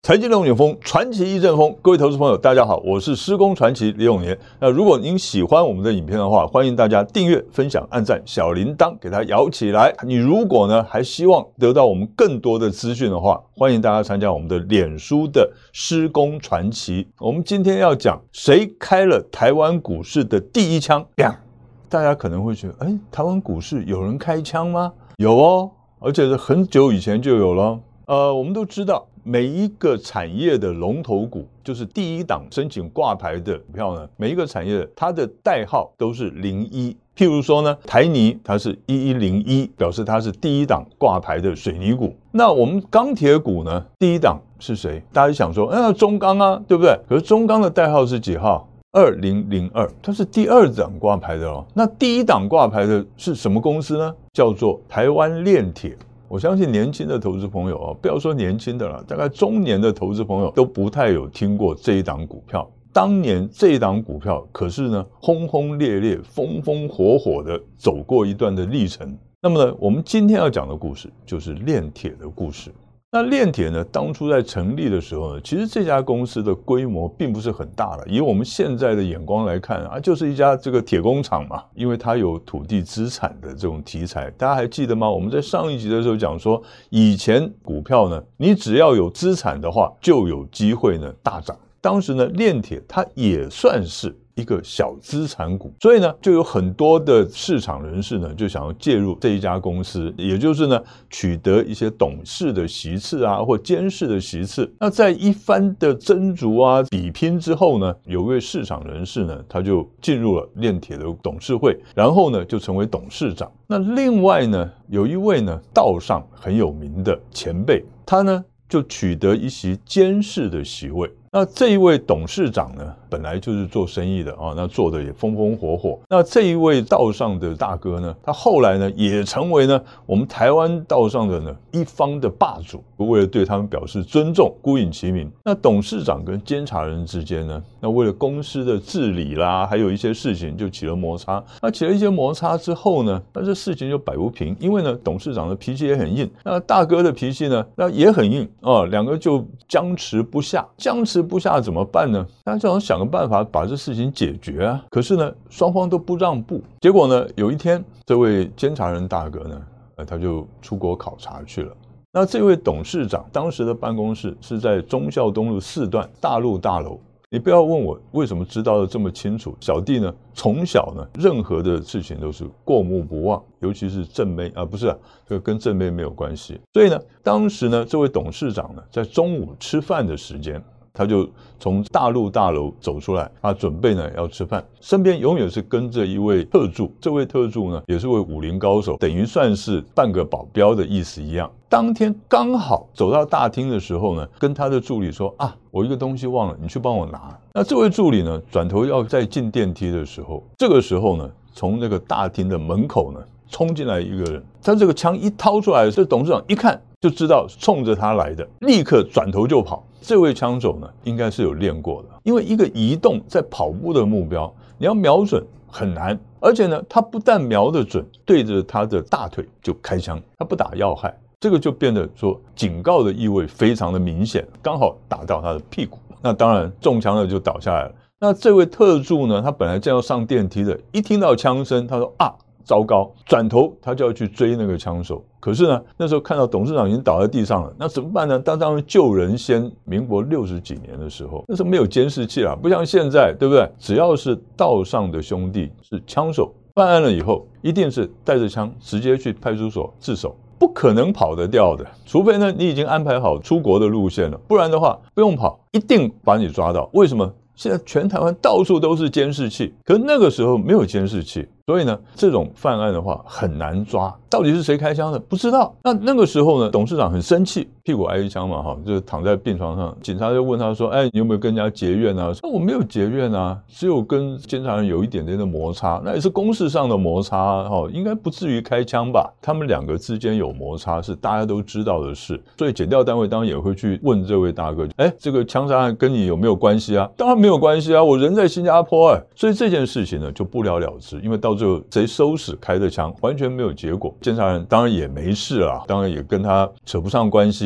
财经龙卷风，传奇一阵风。各位投资朋友，大家好，我是施工传奇李永年。那如果您喜欢我们的影片的话，欢迎大家订阅、分享、按赞、小铃铛给它摇起来。你如果呢还希望得到我们更多的资讯的话，欢迎大家参加我们的脸书的施工传奇。我们今天要讲谁开了台湾股市的第一枪。大家可能会觉得，台湾股市有人开枪吗？有哦，而且是很久以前就有了。我们都知道，每一个产业的龙头股，就是第一档申请挂牌的股票呢，每一个产业它的代号都是01。譬如说呢，台泥它是1101，表示它是第一档挂牌的水泥股。那我们钢铁股呢，第一档是谁？大家想说，中钢啊，对不对？可是中钢的代号是几号？2002，它是第二档挂牌的哦。那第一档挂牌的是什么公司呢？叫做台湾炼铁。我相信年轻的投资朋友不要说年轻的了，大概中年的投资朋友都不太有听过这一档股票。当年这一档股票可是呢轰轰烈烈、风风火火的走过一段的历程。那么呢，我们今天要讲的故事就是炼铁的故事。那炼铁呢，当初在成立的时候呢，其实这家公司的规模并不是很大了。以我们现在的眼光来看就是一家这个铁工厂嘛，因为它有土地资产的这种题材。大家还记得吗？我们在上一集的时候讲说，以前股票呢，你只要有资产的话，就有机会呢大涨。当时呢，炼铁它也算是一个小资产股，所以呢，就有很多的市场人士呢，就想要介入这一家公司，也就是呢，取得一些董事的席次或监事的席次。那在一番的争逐比拼之后呢，有位市场人士呢，他就进入了炼铁的董事会，然后呢，就成为董事长。那另外呢，有一位呢，道上很有名的前辈，他呢，就取得一席监事的席位。那这一位董事长呢，本来就是做生意的那做的也风风火火。那这一位道上的大哥呢，他后来呢也成为呢我们台湾道上的呢一方的霸主。为了对他们表示尊重，姑隐其名。那董事长跟监察人之间呢，那为了公司的治理啦，还有一些事情就起了摩擦。那起了一些摩擦之后呢，那这事情就摆不平，因为呢董事长的脾气也很硬，那大哥的脾气呢那也很硬两个就僵持不下。僵持不下怎么办呢？大家就想个办法把这事情解决可是呢，双方都不让步。结果呢，有一天这位监察人大哥呢，他就出国考察去了。那这位董事长当时的办公室是在忠孝东路4段大陆大楼。你不要问我为什么知道的这么清楚，小弟呢从小呢任何的事情都是过目不忘，尤其是正妹不是这个跟正妹没有关系。所以呢，当时呢这位董事长呢在中午吃饭的时间，他就从大陆大楼走出来，他准备呢要吃饭，身边永远是跟着一位特助。这位特助呢也是位武林高手，等于算是半个保镖的意思一样。当天刚好走到大厅的时候呢，跟他的助理说我一个东西忘了，你去帮我拿。那这位助理呢转头要再进电梯的时候，这个时候呢从那个大厅的门口呢冲进来一个人，他这个枪一掏出来，这董事长一看就知道冲着他来的，立刻转头就跑。这位枪手呢应该是有练过的，因为一个移动在跑步的目标，你要瞄准很难，而且呢他不但瞄得准，对着他的大腿就开枪，他不打要害。这个就变得说警告的意味非常的明显，刚好打到他的屁股，那当然中枪了就倒下来了。那这位特助呢，他本来正要上电梯的，一听到枪声，他说糟糕，转头他就要去追那个枪手。可是呢，那时候看到董事长已经倒在地上了，那怎么办呢？当然救人先。民国60几年的时候，那时候没有监视器不像现在，对不对？只要是道上的兄弟是枪手，办案了以后，一定是带着枪直接去派出所自首，不可能跑得掉的。除非呢，你已经安排好出国的路线了，不然的话不用跑，一定把你抓到。为什么？现在全台湾到处都是监视器，可是那个时候没有监视器，所以呢，这种犯案的话很难抓。到底是谁开枪的？不知道。那个时候呢，董事长很生气，屁股挨一枪嘛，就是躺在病床上。警察就问他说：“你有没有跟人家结怨啊？”说：“我没有结怨啊，只有跟监察人有一点点的摩擦，那也是公事上的摩擦应该不至于开枪吧？”他们两个之间有摩擦是大家都知道的事，所以检调单位当然也会去问这位大哥：“这个枪杀案跟你有没有关系啊？”当然没有关系啊，我人在新加坡所以这件事情呢就不了了之，因为到最后谁收拾开的枪完全没有结果，监察人当然也没事啦，当然也跟他扯不上关系。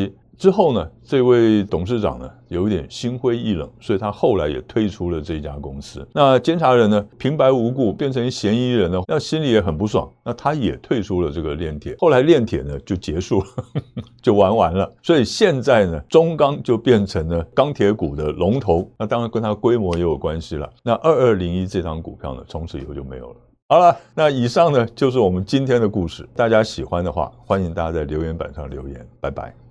之后呢，这位董事长呢有一点心灰意冷，所以他后来也退出了这家公司。那监察人呢平白无故变成嫌疑人呢，那心里也很不爽，那他也退出了这个炼铁。后来炼铁呢就结束了，就玩了。所以现在呢，中钢就变成了钢铁股的龙头，那当然跟它规模也有关系了。那2201这张股票呢，从此以后就没有了。好了，那以上呢就是我们今天的故事。大家喜欢的话，欢迎大家在留言板上留言。拜拜。